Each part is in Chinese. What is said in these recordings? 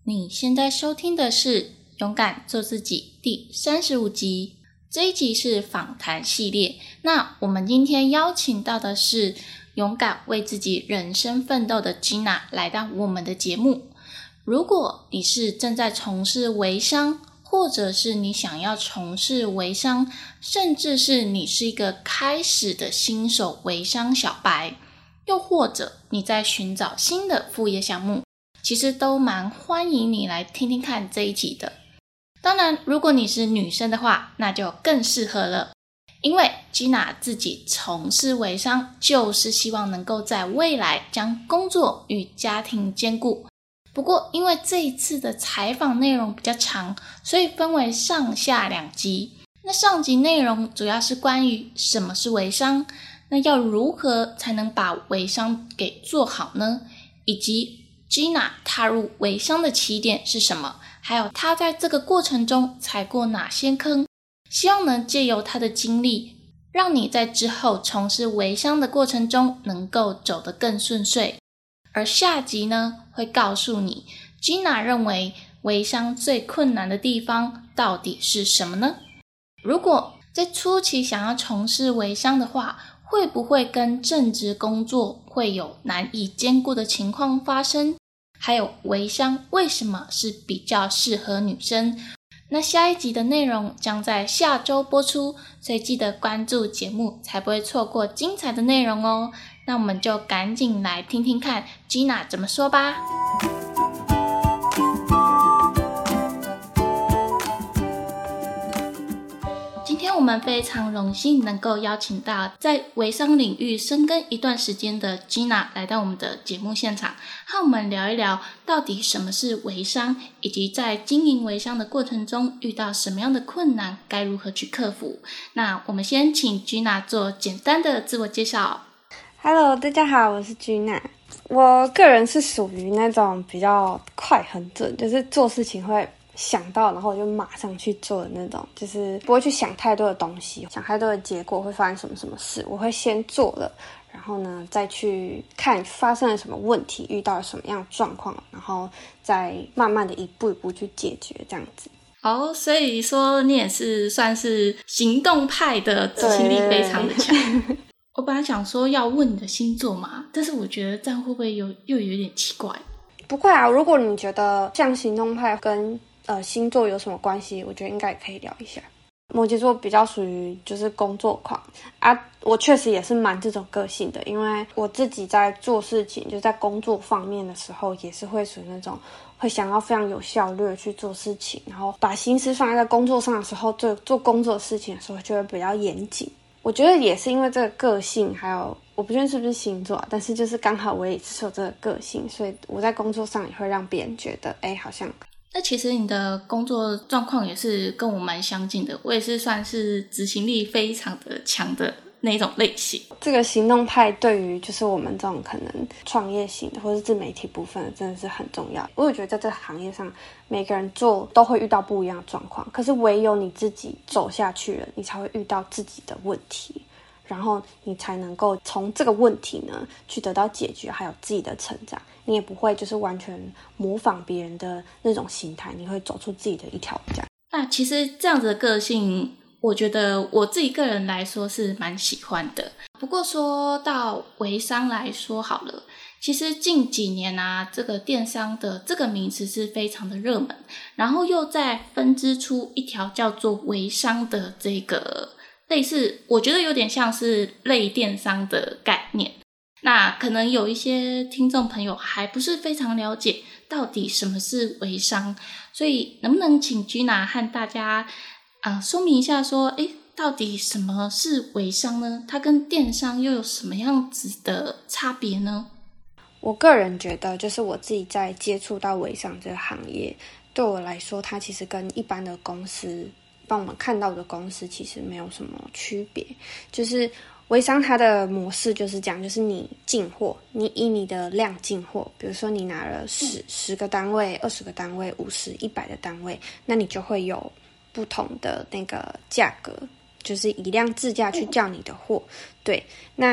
你现在收听的是《勇敢做自己》第35集，这一集是访谈系列。那我们今天邀请到的是勇敢为自己人生奋斗的 Gina 来到我们的节目。如果你是正在从事微商，或者是你想要从事微商，甚至是你是一个开始的新手微商小白，又或者你在寻找新的副业项目，其实都蛮欢迎你来听听看这一集的。当然，如果你是女生的话，那就更适合了。因为 Gina 自己从事微商，就是希望能够在未来将工作与家庭兼顾。不过因为这一次的采访内容比较长，所以分为上下2集。那上集内容主要是关于什么是微商，那要如何才能把微商给做好呢？以及 Gina 踏入微商的起点是什么？还有她在这个过程中踩过哪些坑？希望能借由她的经历，让你在之后从事微商的过程中能够走得更顺遂。而下集呢，会告诉你 Gina 认为微商最困难的地方到底是什么呢？如果在初期想要从事微商的话，会不会跟正职工作会有难以兼顾的情况发生？还有微商为什么是比较适合女生？那下一集的内容将在下周播出，所以记得关注节目，才不会错过精彩的内容哦。那我们就赶紧来听听看 Gina 怎么说吧。今天我们非常荣幸能够邀请到在微商领域深耕一段时间的 Gina 来到我们的节目现场，和我们聊一聊到底什么是微商，以及在经营微商的过程中遇到什么样的困难，该如何去克服。那我们先请 Gina 做简单的自我介绍。 Hello， 大家好，我是 Gina。我个人是属于那种比较快很准，就是做事情会想到，然后我就马上去做的那种，就是不会去想太多的东西，想太多的结果会发生什么什么事，我会先做了，然后呢再去看发生了什么问题，遇到了什么样的状况，然后再慢慢的一步一步去解决这样子。 所以说你也是算是行动派的，执行力非常的强。我本来想说要问你的星座嘛，但是我觉得这样会不会又有点奇怪？ 不会啊，如果你觉得像行动派跟星座有什么关系，我觉得应该也可以聊一下。摩羯座比较属于就是工作狂啊，我确实也是蛮这种个性的，因为我自己在做事情，就在工作方面的时候，也是会属于那种会想要非常有效率的去做事情，然后把心思放在工作上的时候，做工作的事情的时候就会比较严谨。我觉得也是因为这个个性，还有我不确定是不是星座，但是就是刚好我也是有这个个性，所以我在工作上也会让别人觉得好像。 那其实你的工作状况也是跟我蛮相近的，我也是算是执行力非常的强的那种类型。 这个行动派对于就是我们这种可能创业型的或是自媒体部分真的是很重要。我也觉得在这个行业上，每个人做都会遇到不一样的状况，可是唯有你自己走下去了，你才会遇到自己的问题，然后你才能够从这个问题呢去得到解决，还有自己的成长。你也不会就是完全模仿别人的那种心态，你会走出自己的一条路。 那其实这样子的个性，我觉得我自己个人来说是蛮喜欢的。不过说到微商来说好了，其实近几年啊，这个电商的这个名词是非常的热门，然后又再分支出一条叫做微商的这个类似，我觉得有点像是类电商的概念。那可能有一些听众朋友还不是非常了解到底什么是微商，所以能不能请 Gina 和大家说明一下说到底什么是微商呢？它跟电商又有什么样子的差别呢？ 我个人觉得就是我自己在接触到微商这个行业，对我来说它其实跟一般的公司帮我们看到的公司其实没有什么区别。就是微商它的模式就是这样，就是你进货，你以你的量进货，比如说你拿了10个单位、20个单位、50、100的单位，那你就会有不同的那个价格，就是以量制价去叫你的货。对，那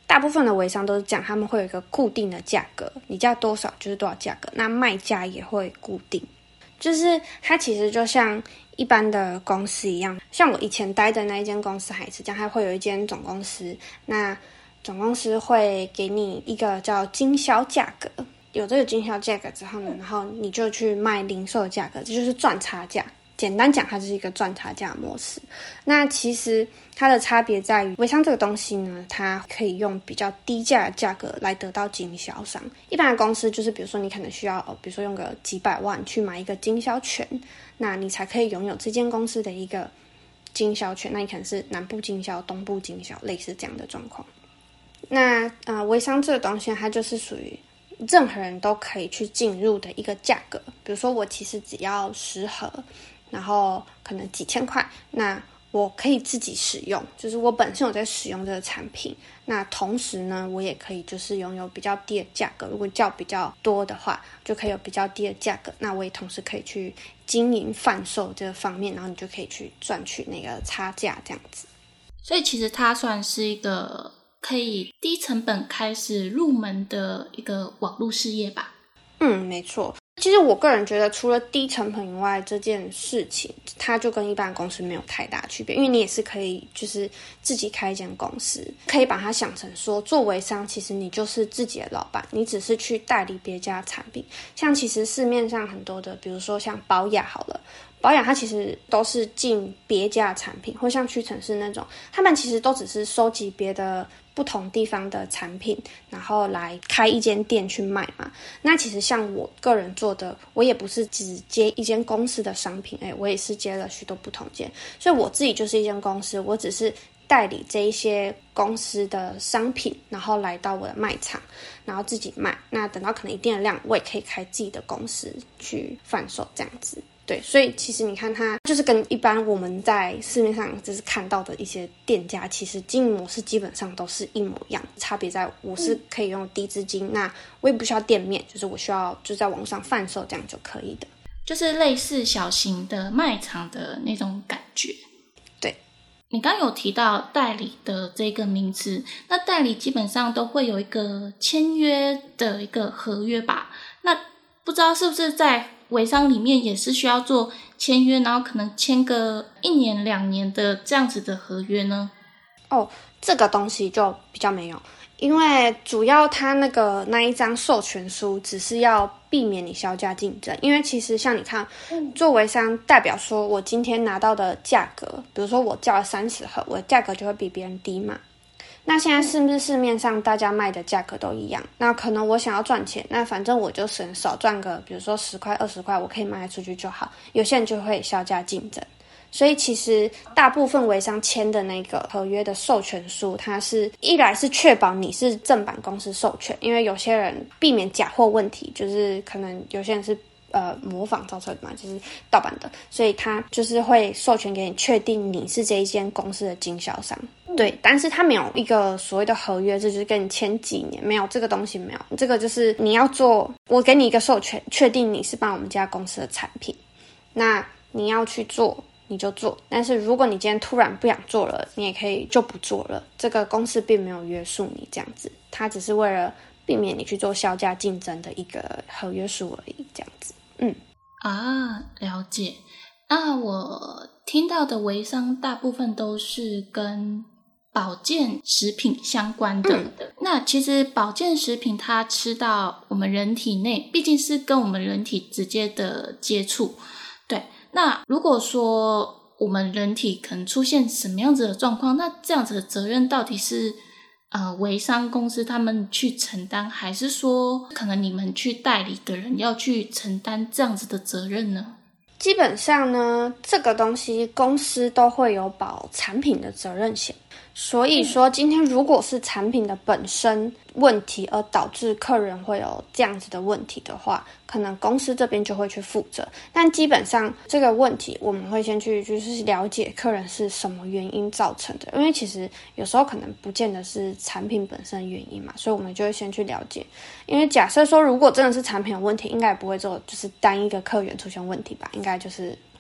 大部分的微商都是这样，他们会有一个固定的价格，你价多少就是多少价格，那卖价也会固定，就是它其实就像一般的公司一样，像我以前待的那一间公司还是这样，它会有一间总公司，那总公司会给你一个叫经销价格，有这个经销价格之后呢，然后你就去卖零售的价格，这就是赚差价。简单讲，它就是一个赚差价模式。那其实它的差别在于，微商这个东西呢，它可以用比较低价的价格来得到经销商。一般的公司就是，比如说你可能需要，比如说用个几百万去买一个经销权，那你才可以拥有这间公司的一个经销权。那你可能是南部经销、东部经销，类似这样的状况。那微商这个东西，它就是属于任何人都可以去进入的一个价格。比如说我其实只要10盒。然后可能几千块，那我可以自己使用，就是我本身有在使用这个产品，那同时呢，我也可以就是拥有比较低的价格，如果叫比较多的话，就可以有比较低的价格，那我也同时可以去经营贩售这个方面，然后你就可以去赚取那个差价这样子。 所以其实它算是一个可以低成本开始入门的一个网络事业吧。 没错。其实我个人觉得，除了低成本以外，这件事情它就跟一般公司没有太大区别，因为你也是可以就是自己开一间公司，可以把它想成说，做微商其实你就是自己的老板，你只是去代理别家产品。像其实市面上很多的，比如说像宝雅好了，宝雅它其实都是进别家的产品，或像屈臣氏那种，他们其实都只是收集别的不同地方的产品，然后来开一间店去卖嘛。那其实像我个人做的，我也不是只接一间公司的商品，我也是接了许多不同间，所以我自己就是一间公司，我只是代理这一些公司的商品，然后来到我的卖场，然后自己卖。那等到可能一定的量，我也可以开自己的公司去贩售这样子。对，所以其实你看它就是跟一般我们在市面上就是看到的一些店家，其实经营模式基本上都是一模一样，差别在我是可以用低资金，那我也不需要店面，就是我需要就在网上贩售这样就可以的， 就是类似小型的卖场的那种感觉。 对， 你刚刚有提到代理的这个名词，那代理基本上都会有一个签约的一个合约吧？那不知道是不是在微商里面也是需要做签约，然后可能签个1年2年的这样子的合约呢？ 这个东西就比较没有，因为主要它那一张授权书只是要避免你销价竞争。因为其实像你看，做微商代表说我今天拿到的价格，比如说我叫了30盒，我的价格就会比别人低嘛。那现在是不是市面上大家卖的价格都一样？那可能我想要赚钱，那反正我就少赚个，比如说10块20块，我可以卖出去就好。有些人就会销价竞争，所以其实大部分微商签的那个合约的授权书，它是一来是确保你是正版公司授权，因为有些人避免假货问题，就是可能有些人是模仿造出来的嘛，就是盗版的，所以他就是会授权给你，确定你是这一间公司的经销商。对，但是他没有一个所谓的合约，这就是跟你签几年，没有这个东西，没有这个就是你要做，我给你一个授权，确定你是帮我们家公司的产品，那你要去做你就做，但是如果你今天突然不想做了，你也可以就不做了，这个公司并没有约束你这样子，它只是为了避免你去做销价竞争的一个合约书而已，这样子。 了解。那我听到的微商大部分都是跟保健食品相关的。那其实保健食品它吃到我们人体内，毕竟是跟我们人体直接的接触。对，那如果说我们人体可能出现什么样子的状况，那这样子的责任到底是微商公司他们去承担，还是说可能你们去代理的人要去承担这样子的责任呢？ 基本上呢，这个东西公司都会有保产品的责任险，所以说今天如果是产品的本身问题而导致客人会有这样子的问题的话，可能公司这边就会去负责。但基本上这个问题我们会先去就是了解客人是什么原因造成的，因为其实有时候可能不见得是产品本身的原因嘛，所以我们就会先去了解。因为假设说如果真的是产品有问题，应该也不会做就是单一个客源出现问题吧，应该就是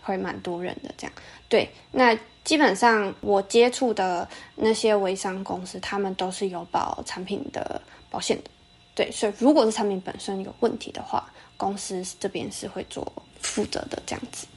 会蛮多人的这样。对，那基本上我接触的那些微商公司，他们都是有保产品的保险的。对，所以如果是产品本身有问题的话，公司这边是会做负责的这样子。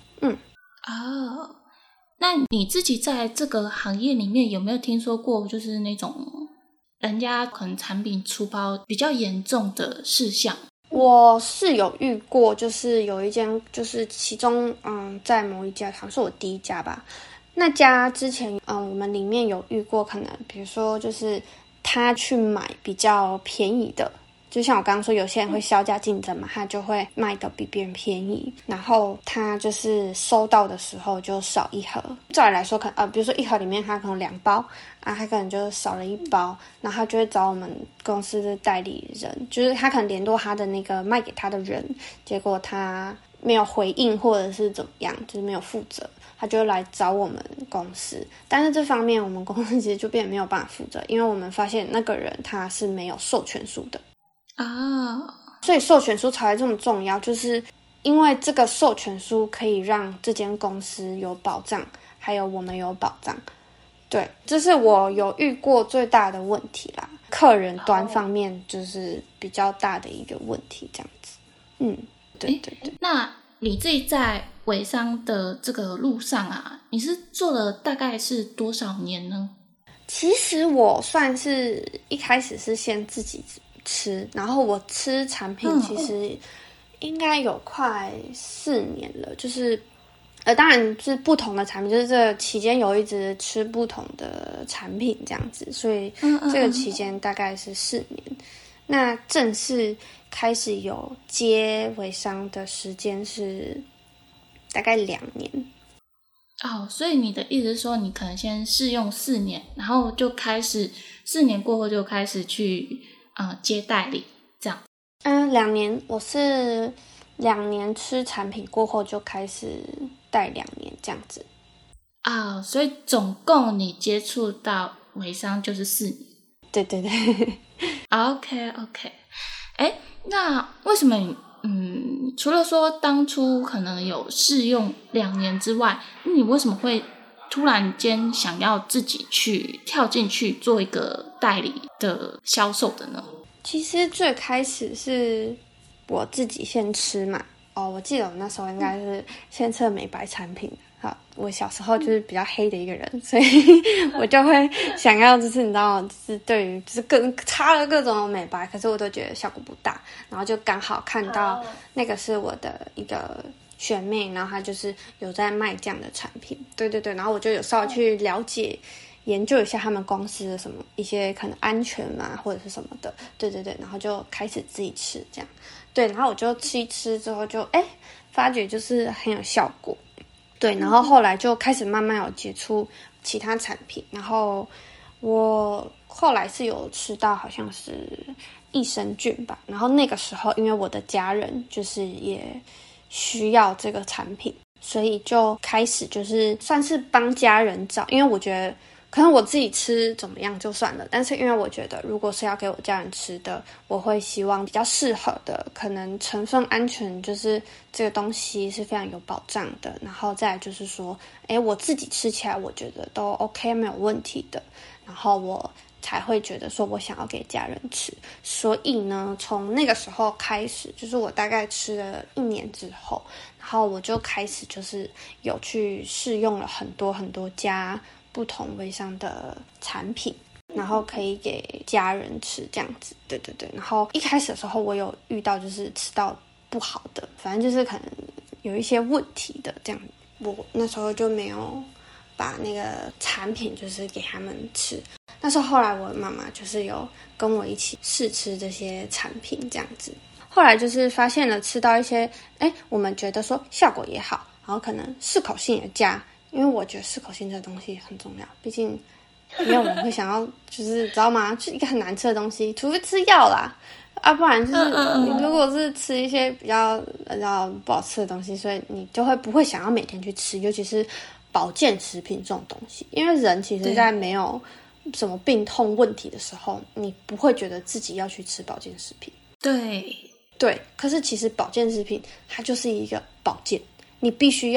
那你自己在这个行业里面有没有听说过就是那种人家可能产品出包比较严重的事项？ 我是有遇过，就是有一间，就是其中在某一家好像是我第一家吧，那家之前我们里面有遇过，可能比如说就是他去买比较便宜的，就像我刚刚说，有些人会削价竞争嘛，他就会卖的比别人便宜，然后他就是收到的时候就少一盒。照理来说，比如说一盒里面他可能2包啊，他可能就少了1包，然后他就会找我们公司的代理人，就是他可能联络他的那个卖给他的人，结果他没有回应或者是怎么样，就是没有负责，他就会来找我们公司。但是这方面我们公司其实就变得没有办法负责，因为我们发现那个人他是没有授权书的。所以授权书才会这么重要，就是因为这个授权书可以让这间公司有保障，还有我们有保障。对，这是我有遇过最大的问题啦，客人端方面就是比较大的一个问题，这样子。对。 那你自己在微商的这个路上啊，你是做了大概是多少年呢？ 其实我算是一开始是先自己吃，然后我吃产品其实应该有快4年了，就是当然是不同的产品，就是这期间有一直吃不同的产品这样子，所以这个期间大概是4年。那正式开始有接微商的时间是大概2年。 所以你的意思是说，你可能先试用4年，然后就开始4年过后就开始去接代理这样。 2年，我是2年吃产品过后就开始带2年这样子。 所以总共你接触到微商就是4年。 对。 OK， 那为什么除了说当初可能有试用2年之外，你为什么会突然间想要自己去跳进去做一个代理的销售的呢？ 其实最开始是我自己先吃嘛。我记得我那时候应该是先吃了美白产品。我小时候就是比较黑的一个人，所以我就会想要，就是你知道，就是对于就是擦了各种美白，可是我都觉得效果不大。然后就刚好看到那个是我的一个学妹，然后她就是有在卖这样的产品。对，然后我就有稍微去了解研究一下他们公司的什么一些可能安全嘛或者是什么的。对，然后就开始自己吃这样。对，然后我就吃一吃之后就发觉就是很有效果。对，然后后来就开始慢慢有接触其他产品，然后我后来是有吃到好像是益生菌吧，然后那个时候因为我的家人就是也需要这个产品，所以就开始就是算是帮家人找，因为我觉得可能我自己吃怎么样就算了，但是因为我觉得如果是要给我家人吃的，我会希望比较适合的，可能成分安全，就是这个东西是非常有保障的，然后再来就是说我自己吃起来我觉得都 OK 没有问题的，然后我才会觉得说我想要给家人吃。所以呢从那个时候开始，就是我大概吃了1年之后，然后我就开始就是有去试用了很多家不同微商的产品，然后可以给家人吃这样子。对，然后一开始的时候我有遇到就是吃到不好的，反正就是可能有一些问题的这样，我那时候就没有把那个产品就是给他们吃。但是后来我妈妈就是有跟我一起试吃这些产品这样子，后来就是发现了吃到一些我们觉得说效果也好，然后可能适口性也佳，因为我觉得适口性这个东西很重要，毕竟没有人会想要就是知道吗，就是一个很难吃的东西，除非吃药啦，不然就是你如果是吃一些比较不好吃的东西，所以你就会不会想要每天去吃，尤其是保健食品这种东西，因为人其实在没有什么病痛问题的时候，你不会觉得自己要去吃保健食品。对，可是其实保健食品它就是一个保健，你必须要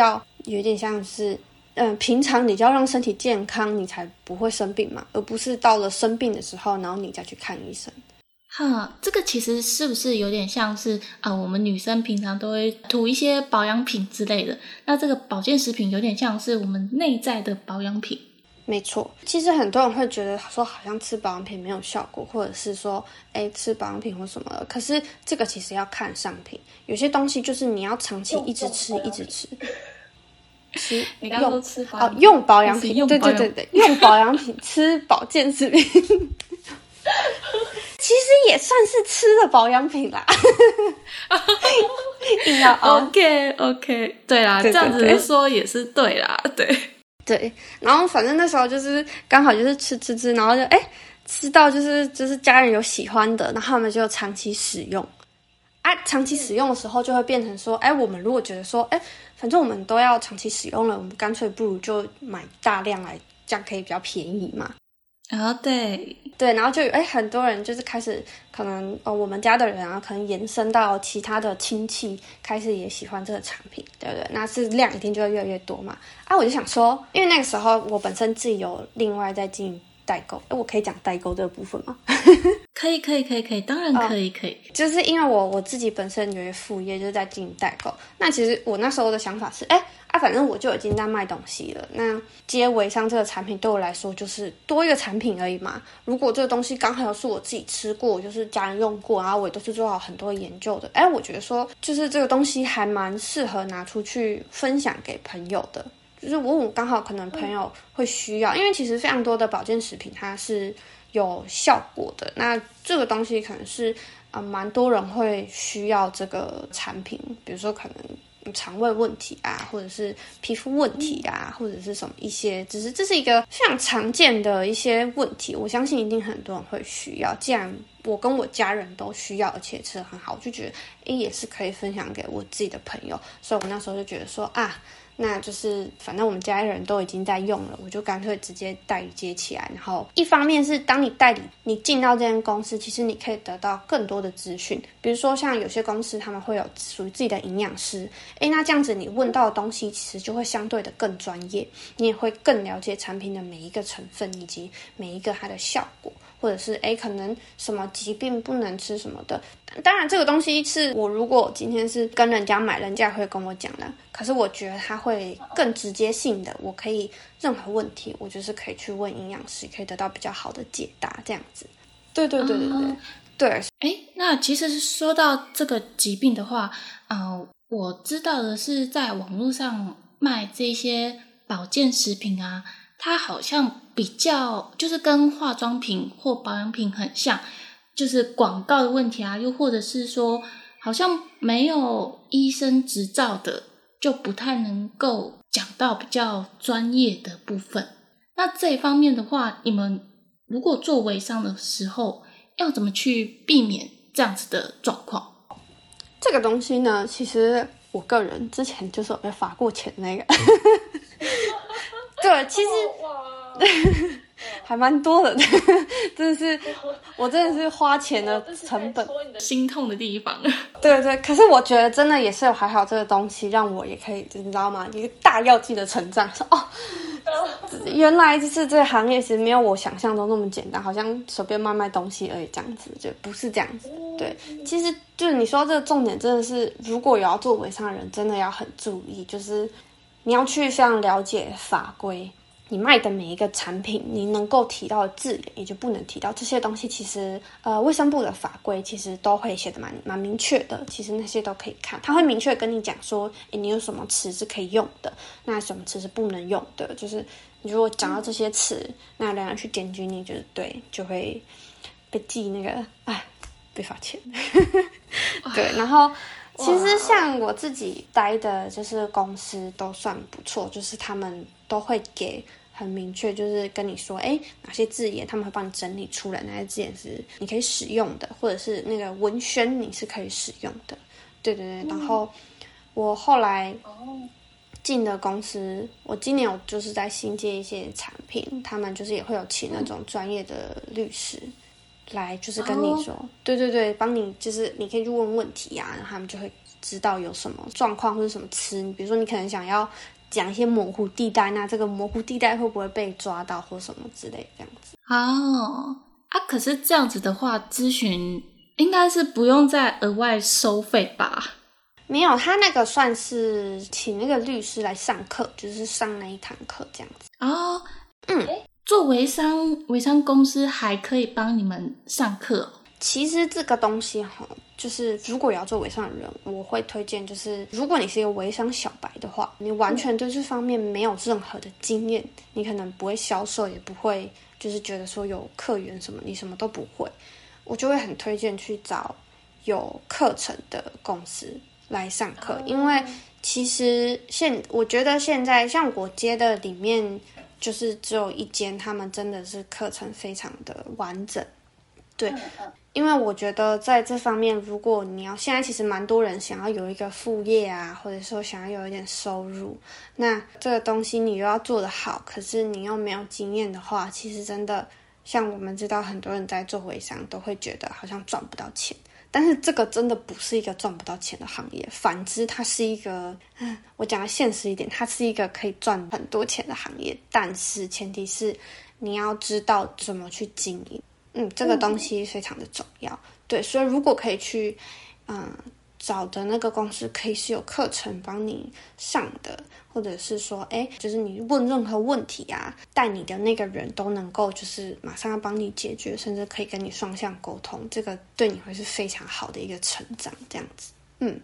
有点像是平常你就要让身体健康，你才不会生病嘛，而不是到了生病的时候，然后你再去看医生。 这个其实是不是有点像是我们女生平常都会涂一些保养品之类的，那这个保健食品有点像是我们内在的保养品。 没错，其实很多人会觉得说好像吃保养品没有效果，或者是说吃保养品或什么的，可是这个其实要看商品，有些东西就是你要长期一直吃一直吃。 你刚刚说吃保养品用保养品，对，用保养品吃保健食品其实也算是吃的保养品啦 OK 对啦，对这样子说也是对啦， 对，然后反正那时候就是刚好就是吃，然后就吃到就是家人有喜欢的，然后他们就长期使用长期使用的时候就会变成说我们如果觉得说反正我们都要长期使用了，我们干脆不如就买大量来，这样可以比较便宜嘛。 对， 然后就很多人就是开始可能我们家的人可能延伸到其他的亲戚，开始也喜欢这个产品，对不对？那是量一定就会越来越多嘛。我就想说，因为那个时候我本身自己有另外在经营代购，我可以讲代购这个部分吗？ 可以，当然可以。 就是因为我自己本身有一个副业，就是在经营代购。那其实我那时候的想法是，反正我就已经在卖东西了，那接微商这个产品对我来说就是多一个产品而已嘛。如果这个东西刚好是我自己吃过，就是家人用过，然后我也都是做好很多研究的，我觉得说就是这个东西还蛮适合拿出去分享给朋友的。就是我刚好可能朋友会需要，因为其实非常多的保健食品它是有效果的，那这个东西可能是蛮多人会需要这个产品，比如说可能肠胃问题或者是皮肤问题或者是什么一些，只是这是一个非常常见的一些问题，我相信一定很多人会需要。既然我跟我家人都需要，而且吃得很好，我就觉得也是可以分享给我自己的朋友，所以我那时候就觉得说那就是反正我们家人都已经在用了，我就干脆直接代理接起来。然后一方面是当你代理，你进到这间公司，其实你可以得到更多的资讯，比如说像有些公司他们会有属于自己的营养师，那这样子你问到的东西其实就会相对的更专业，你也会更了解产品的每一个成分以及每一个它的效果，或者是可能什么疾病不能吃什么的。当然这个东西是我如果今天是跟人家买，人家会跟我讲的，可是我觉得它会更直接性的，我可以任何问题我就是可以去问营养师，可以得到比较好的解答，这样子。对， 那其实说到这个疾病的话我知道的是在网络上卖这些保健食品它好像比较就是跟化妆品或保养品很像，就是广告的问题又或者是说好像没有医生执照的就不太能够讲到比较专业的部分。那这一方面的话，你们如果做微商的时候要怎么去避免这样子的状况？ 这个东西呢，其实我个人之前就是有被罚过钱那个对，其实还蛮多的我真的是花钱的成本， 心痛的地方。 对，可是我觉得真的也是有还好这个东西让我也可以，你知道吗，一个大跃进的成长，说原来就是这个行业其实没有我想象中那么简单，好像随便卖东西而已，这样子就不是这样子。对，其实就是你说这个重点真的是，如果有要做微商的人真的要很注意，就是你要去非常了解法规，你卖的每一个产品你能够提到的字眼也就不能提到这些东西，其实卫生部的法规其实都会写的蛮明确的，其实那些都可以看，他会明确跟你讲说你有什么词是可以用的，那什么词是不能用的，就是你如果讲到这些词，那人家去检举你，就是对，就会被记那个被罚钱对，然后其实像我自己待的就是公司都算不错，就是他们都会给很明确，就是跟你说哪些字眼他们会帮你整理出来，哪些字眼是你可以使用的，或者是那个文宣你是可以使用的。对，然后我后来进的公司，我今年有就是在新接一些产品，他们就是也会有请那种专业的律师来就是跟你说对，帮你就是你可以去问问题然后他们就会知道有什么状况或者什么词，比如说你可能想要讲一些模糊地带，那这个模糊地带会不会被抓到或什么之类这样子。 可是这样子的话，咨询应该是不用再额外收费吧？ 没有，他那个算是请那个律师来上课，就是上那一堂课这样子。 做微商公司还可以帮你们上课？ 其实这个东西就是如果要做微商的人，我会推荐，就是如果你是一个微商小白的话，你完全对这方面没有任何的经验，你可能不会销售，也不会就是觉得说有客源什么，你什么都不会，我就会很推荐去找有课程的公司来上课。因为其实我觉得现在像我接的里面就是只有一间，他们真的是课程非常的完整。对，因为我觉得在这方面，如果你要现在其实蛮多人想要有一个副业啊，或者说想要有一点收入，那这个东西你又要做得好，可是你又没有经验的话，其实真的像我们知道很多人在做微商都会觉得好像赚不到钱，但是这个真的不是一个赚不到钱的行业，反之它是一个我讲的现实一点，它是一个可以赚很多钱的行业，但是前提是你要知道怎么去经营。这个东西非常的重要。对，所以如果可以去找的那个公司可以是有课程帮你上的，或者是说就是你问任何问题啊，带你的那个人都能够就是马上要帮你解决，甚至可以跟你双向沟通，这个对你会是非常好的一个成长这样子。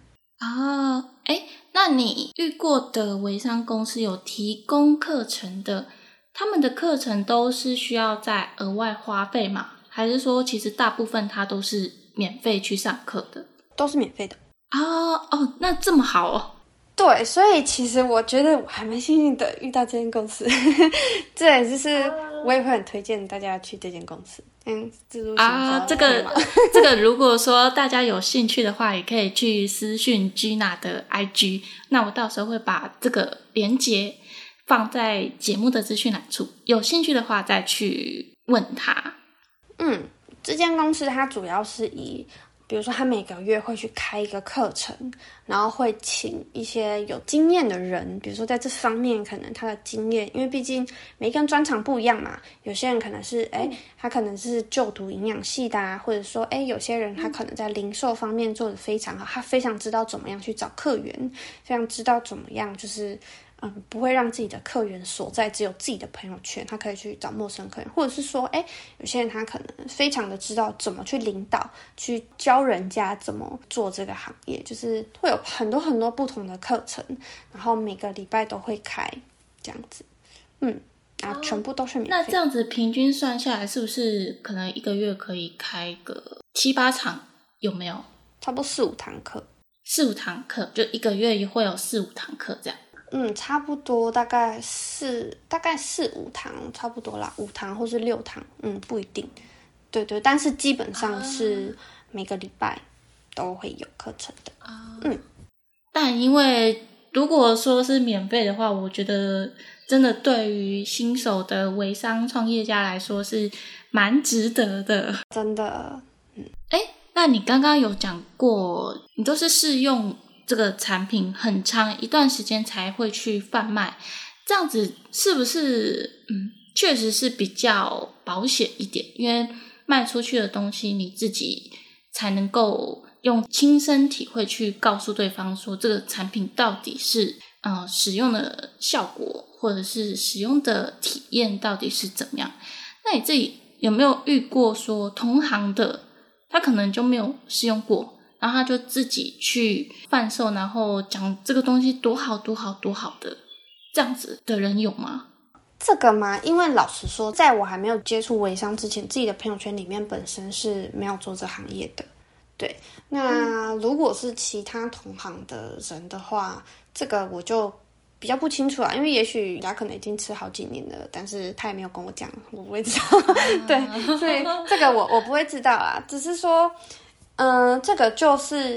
那你遇过的微商公司有提供课程的，他们的课程都是需要再额外花费吗？还是说其实大部分它都是免费去上课的？ 都是免费的。 那这么好哦。 对，所以其实我觉得我还蛮幸运的遇到这间公司这也就是我也会很推荐大家去这间公司。 这个如果说大家有兴趣的话，也可以去私讯 Gina 的 IG， 那我到时候会把这个连结放在节目的资讯栏处，有兴趣的话再去问他。 这间公司它主要是比如说他每个月会去开一个课程，然后会请一些有经验的人，比如说在这方面可能他的经验，因为毕竟每个人专长不一样嘛，有些人可能是他可能是就读营养系的啊，或者说有些人他可能在零售方面做得非常好，他非常知道怎么样去找客源，非常知道怎么样就是不会让自己的客源锁在只有自己的朋友圈，他可以去找陌生客源，或者是说有些人他可能非常的知道怎么去领导，去教人家怎么做这个行业，就是会有很多很多不同的课程，然后每个礼拜都会开这样子。然后全部都是免费。 那这样子平均算下来，是不是可能一个月可以开个7-8场？有没有？ 差不多4-5堂课。 4-5堂课，就一个月也会有4-5堂课这样。 差不多大概4-5堂，差不多啦，5堂或是6堂，不一定。对，但是基本上是每个礼拜都会有课程的。 但因为如果说是免费的话，我觉得真的对于新手的微商创业家来说是蛮值得的， 真的。 那你刚刚有讲过，你都是试用这个产品很长一段时间才会去贩卖，这样子是不是确实是比较保险一点？因为卖出去的东西你自己才能够用亲身体会去告诉对方说这个产品到底是使用的效果或者是使用的体验到底是怎么样。那你自己有没有遇过说同行的他可能就没有试用过，然后他就自己去贩售，然后讲这个东西多好多好多好的，这样子的人有吗？ 这个嘛，因为老实说，在我还没有接触微商之前，自己的朋友圈里面本身是没有做这行业的。对，那如果是其他同行的人的话，这个我就比较不清楚啦，因为也许他可能已经吃好几年了，但是他也没有跟我讲，我不会知道。对，所以这个我不会知道啦，只是说这个就是，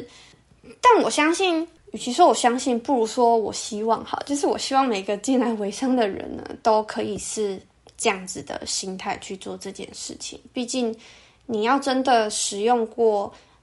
但我相信，与其说我相信，不如说我希望哈，就是我希望每个进来微商的人呢，都可以是这样子的心态去做这件事情。毕竟你要真的使用过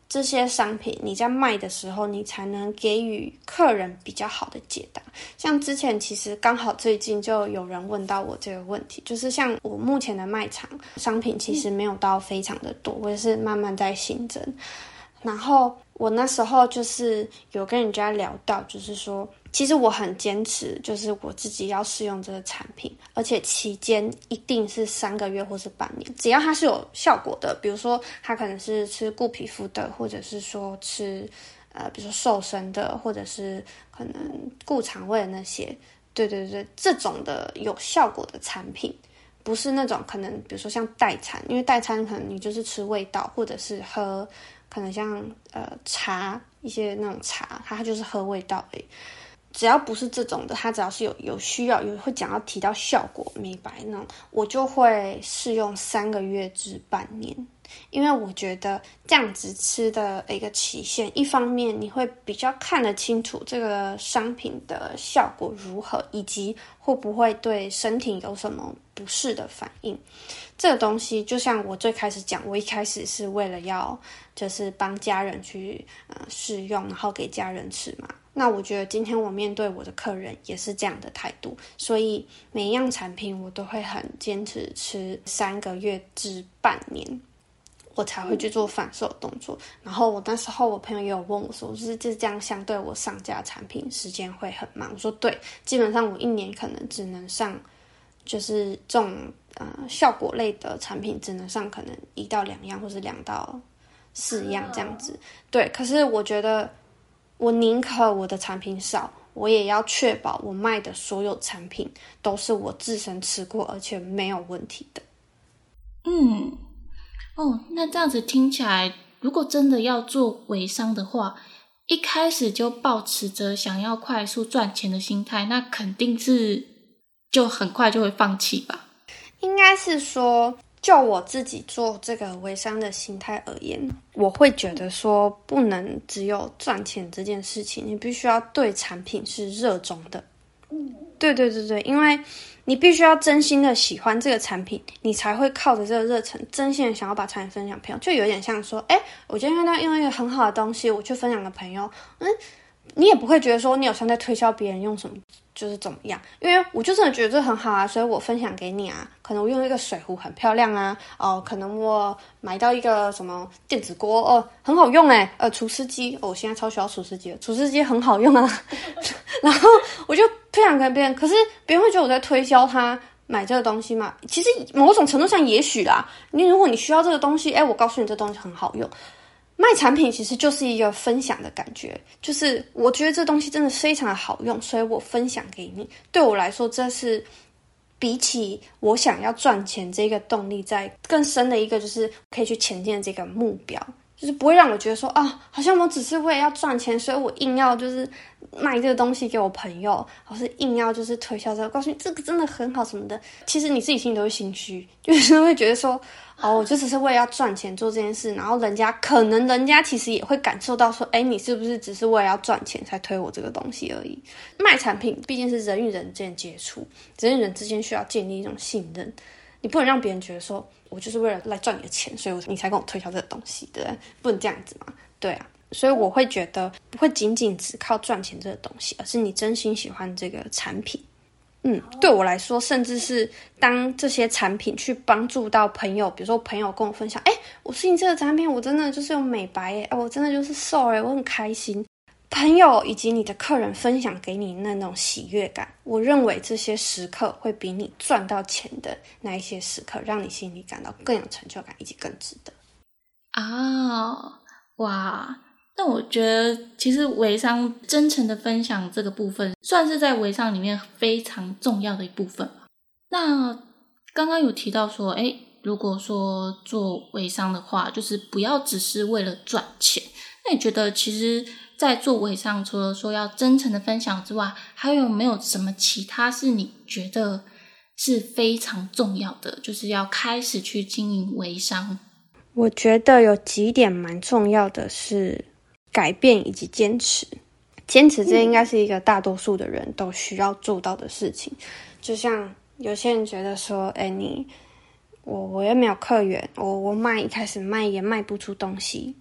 这些商品你在卖的时候，你才能给予客人比较好的解答。像之前其实刚好最近就有人问到我这个问题，就是像我目前的卖场商品其实没有到非常的多，我也是慢慢在新增。然后我那时候就是有跟人家聊到，就是说其实我很坚持，就是我自己要试用这个产品，而且期间一定是3个月或是半年，只要它是有效果的，比如说它可能是吃顾皮肤的，或者是说吃比如说瘦身的，或者是可能顾肠胃的那些，对，这种的有效果的产品，不是那种可能比如说像代餐，因为代餐可能你就是吃味道，或者是喝可能像茶，一些那种茶它就是喝味道而已。只要不是这种的，它只要是有需要会讲到提到效果美白那种，我就会试用3个月至半年。因为我觉得这样子吃的一个期限，一方面你会比较看得清楚这个商品的效果如何，以及会不会对身体有什么不适的反应。这个东西就像我最开始讲，我一开始是为了要就是帮家人去试用，然后给家人吃嘛。那我觉得今天我面对我的客人也是这样的态度，所以每一样产品我都会很坚持吃3个月至半年，我才会去做反售的动作。然后我那时候我朋友也有问我说，就是这样相对我上架产品时间会很慢。我说对，基本上我一年可能只能上，就是这种效果类的产品只能上可能1到2样，或是2到4样这样子。对，可是我觉得我宁可我的产品少，我也要确保我卖的所有产品都是我自身吃过而且没有问题的。 那这样子听起来，如果真的要做微商的话，一开始就抱持着想要快速赚钱的心态，那肯定是就很快就会放弃吧。 应该是说就我自己做这个微商的心态而言，我会觉得说不能只有赚钱这件事情，你必须要对产品是热衷的。对，因为你必须要真心的喜欢这个产品，你才会靠着这个热忱真心的想要把产品分享朋友。就有点像说我今天看到用一个很好的东西，我去分享给朋友，你也不会觉得说你有像在推销别人用什么就是怎么样，因为我就真的觉得这很好啊，所以我分享给你啊。可能我用一个水壶很漂亮啊，可能我买到一个什么电子锅很好用除湿机我现在超需要除湿机的，除湿机很好用啊然后我就分享给别人，可是别人会觉得我在推销他买这个东西嘛。其实某种程度上也许啦，如果你需要这个东西，我告诉你这东西很好用。卖产品其实就是一个分享的感觉，就是我觉得这东西真的非常的好用，所以我分享给你。对我来说，这是比起我想要赚钱这个动力在更深的一个，就是可以去前进的这个目标，就是不会让我觉得说好像我只是为了要赚钱，所以我硬要就是卖这个东西给我朋友，或是硬要就是推销这个，告诉你这个真的很好什么的。其实你自己心里都会心虚，就是会觉得说我就只是为了要赚钱做这件事，然后人家其实也会感受到说你是不是只是为了要赚钱才推我这个东西而已。卖产品毕竟是人与人之间接触，人与人之间需要建立一种信任，你不能让别人觉得说我就是为了来赚你的钱，所以你才跟我推销这个东西，对不对？不能这样子嘛。对啊，所以我会觉得不会仅仅只靠赚钱这个东西，而是你真心喜欢这个产品。对我来说，甚至是当这些产品去帮助到朋友，比如说朋友跟我分享我试你这个产品，我真的就是有美白我真的就是瘦我很开心。朋友以及你的客人分享给你那种喜悦感，我认为这些时刻会比你赚到钱的那一些时刻让你心里感到更有成就感以及更值得。 哇，那我觉得其实微商真诚的分享这个部分算是在微商里面非常重要的一部分吧。那刚刚有提到说如果说做微商的话，就是不要只是为了赚钱。那你觉得其实在做微商，除了说要真诚的分享之外，还有没有什么其他是你觉得是非常重要的，就是要开始去经营微商？ 我觉得有几点蛮重要的是改变以及坚持。坚持这应该是一个大多数的人都需要做到的事情。就像有些人觉得说我又没有客源，我一开始卖也卖不出东西。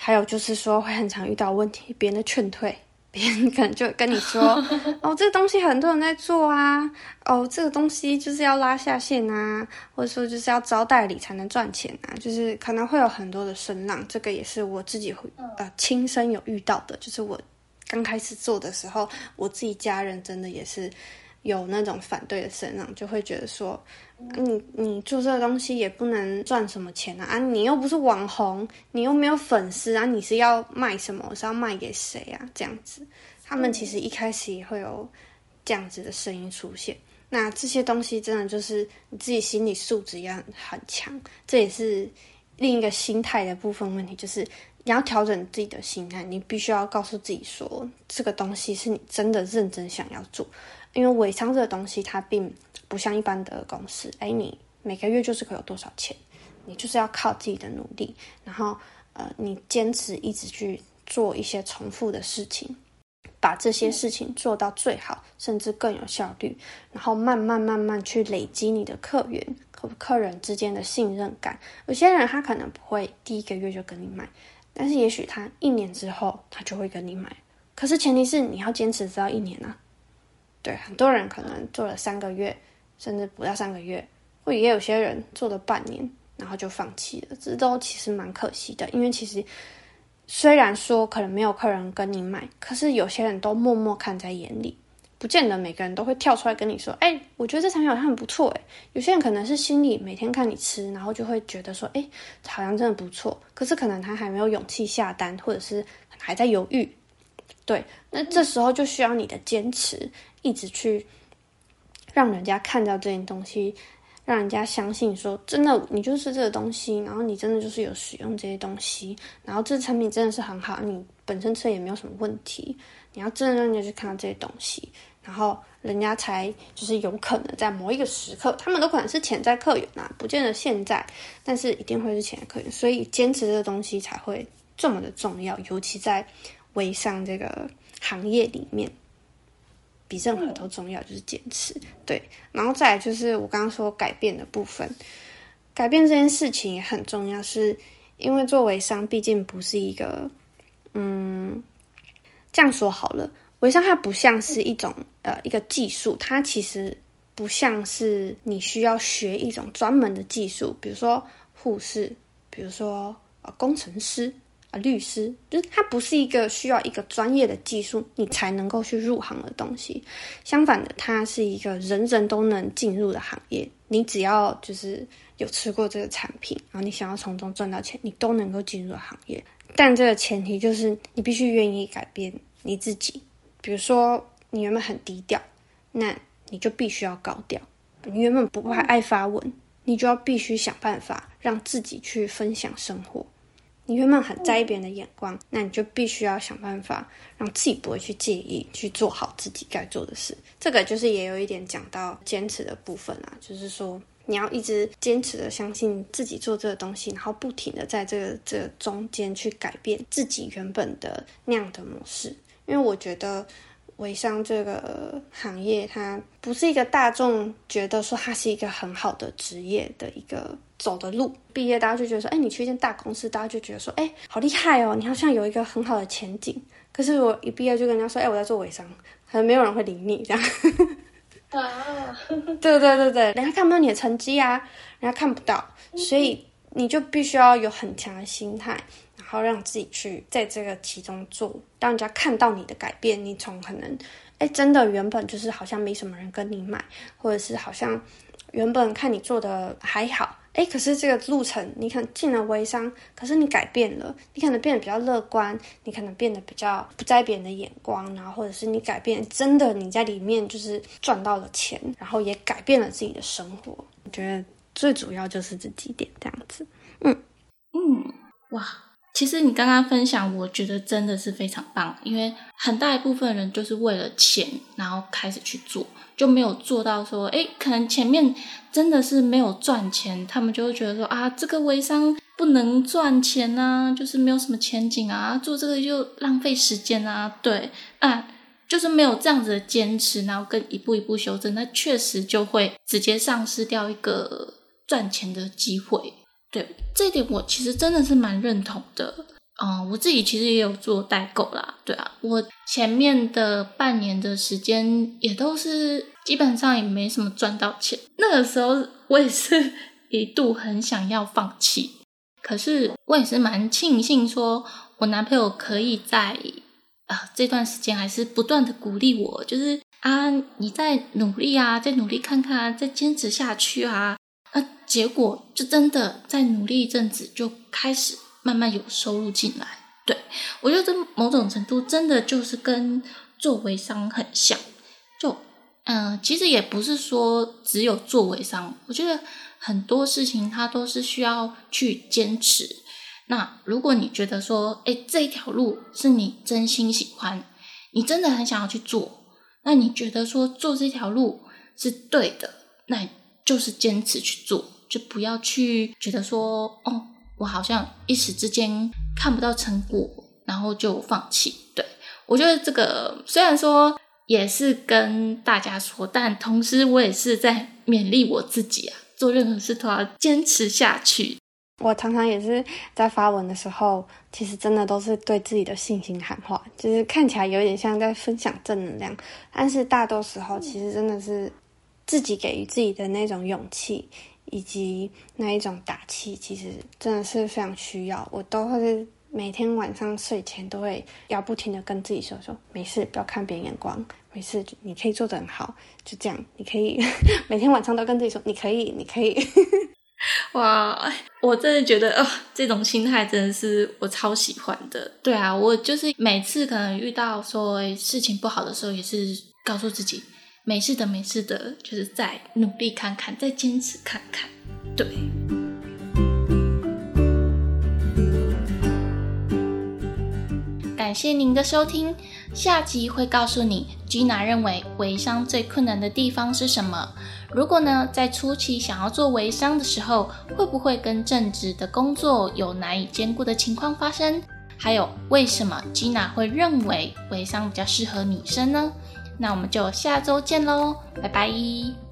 还有就是说会很常遇到问题，别人的劝退，别人可能就跟你说哦，这个东西很多人在做啊，哦，这个东西就是要拉下线啊，或者说就是要招代理才能赚钱啊，就是可能会有很多的声浪。这个也是我自己亲身有遇到的，就是我刚开始做的时候，我自己家人真的也是有那种反对的声浪，就会觉得说你做这个东西也不能赚什么钱啊，你又不是网红，你又没有粉丝啊，你是要卖什么？是要卖给谁啊？这样子，他们其实一开始也会有这样子的声音出现。那这些东西真的就是你自己心理素质要很强，这也是另一个心态的部分问题，就是你要调整自己的心态，你必须要告诉自己说，这个东西是你真的认真想要做。因为微商这个东西它并不像一般的公司，你每个月就是可以有多少钱，你就是要靠自己的努力，然后你坚持一直去做一些重复的事情，把这些事情做到最好，甚至更有效率，然后慢慢去累积你的客源和客人之间的信任感。有些人他可能不会第一个月就跟你买，但是也许他1年之后他就会跟你买，可是前提是你要坚持直到1年啊。对，很多人可能做了3个月，甚至不到3个月，或也有些人做了半年，然后就放弃了，这都其实蛮可惜的。因为其实虽然说可能没有客人跟你买，可是有些人都默默看在眼里，不见得每个人都会跳出来跟你说，我觉得这产品好像很不错。有些人可能是心里每天看你吃，然后就会觉得说，好像真的不错，可是可能他还没有勇气下单，或者是还在犹豫。对，那这时候就需要你的坚持，一直去让人家看到这件东西，让人家相信说真的你就是这个东西，然后你真的就是有使用这些东西，然后这产品真的是很好，你本身吃也没有什么问题，你要真的让人家去看到这些东西，然后人家才就是有可能在某一个时刻，他们都可能是潜在客源啊，不见得现在，但是一定会是潜在客源，所以坚持这个东西才会这么的重要，尤其在微商这个行业里面，比任何都重要，就是坚持。对，然后再来就是我刚刚说改变的部分，改变这件事情也很重要，是因为做微商毕竟不是一个这样说好了，微商它不像是一种一个技术，它其实不像是你需要学一种专门的技术，比如说护士，比如说工程师律师，就是它不是一个需要一个专业的技术你才能够去入行的东西，相反的，它是一个人人都能进入的行业，你只要就是有吃过这个产品，然后你想要从中赚到钱，你都能够进入行业。但这个前提就是你必须愿意改变你自己，比如说你原本很低调，那你就必须要高调，你原本不爱发文，你就要必须想办法让自己去分享生活，你原本很在意别人的眼光，那你就必须要想办法让自己不会去介意，去做好自己该做的事。这个就是也有一点讲到坚持的部分啦，就是说你要一直坚持的相信自己做这个东西，然后不停的在这个中间去改变自己原本的那样的模式。因为我觉得微商这个行业它不是一个大众觉得说它是一个很好的职业的一个走的路，毕业大家就觉得说你去一间大公司，大家就觉得说好厉害哦，你好像有一个很好的前景，可是我一毕业就跟人家说我在做微商，可能没有人会理你这样对，人家看不到你的成绩啊，人家看不到，所以你就必须要有很强的心态，然后让自己去在这个其中做，让人家看到你的改变，你从可能真的原本就是好像没什么人跟你买，或者是好像原本看你做的还好，可是这个路程你可能进了微商，可是你改变了，你可能变得比较乐观，你可能变得比较不在意别人的眼光，然后或者是你改变真的你在里面就是赚到了钱，然后也改变了自己的生活。我觉得最主要就是这几点这样子。 哇，其实你刚刚分享我觉得真的是非常棒，因为很大一部分人就是为了钱然后开始去做，就没有做到说可能前面真的是没有赚钱，他们就会觉得说这个微商不能赚钱啊，就是没有什么前景啊，做这个就浪费时间啊，对就是没有这样子的坚持，然后跟一步一步修正，那确实就会直接丧失掉一个赚钱的机会。对，这一点我其实真的是蛮认同的。 我自己其实也有做代购啦，对啊，我前面的半年的时间也都是基本上也没什么赚到钱，那个时候我也是一度很想要放弃，可是我也是蛮庆幸说我男朋友可以在这段时间还是不断的鼓励我，就是你再努力啊，再努力看看啊，再坚持下去啊，结果就真的再努力一阵子就开始慢慢有收入进来。对，我觉得这某种程度真的就是跟做微商很像，就其实也不是说只有做微商，我觉得很多事情它都是需要去坚持。那如果你觉得说这一条路是你真心喜欢，你真的很想要去做，那你觉得说做这条路是对的，那你就是坚持去做，就不要去觉得说我好像一时之间看不到成果然后就放弃。对，我觉得这个虽然说也是跟大家说，但同时我也是在勉励我自己啊，做任何事都要坚持下去。 我常常也是在发文的时候，其实真的都是对自己的信心喊话，就是看起来有点像在分享正能量，但是大多时候其实真的是自己给予自己的那种勇气以及那一种打气，其实真的是非常需要。我都会每天晚上睡前都会要不停的跟自己说没事，不要看别人眼光，没事，你可以做得很好，就这样，你可以每天晚上都跟自己说你可以哇，我真的觉得这种心态真的是我超喜欢的。对啊，我就是每次可能遇到说事情不好的时候，也是告诉自己没事的没事的，就是再努力看看，再坚持看看。对，感谢您的收听，下集会告诉你 Gina 认为微商最困难的地方是什么。如果呢，在初期想要做微商的时候，会不会跟正职的工作有难以兼顾的情况发生？还有为什么 Gina 会认为微商比较适合女生呢？那我们就下周见咯，拜拜。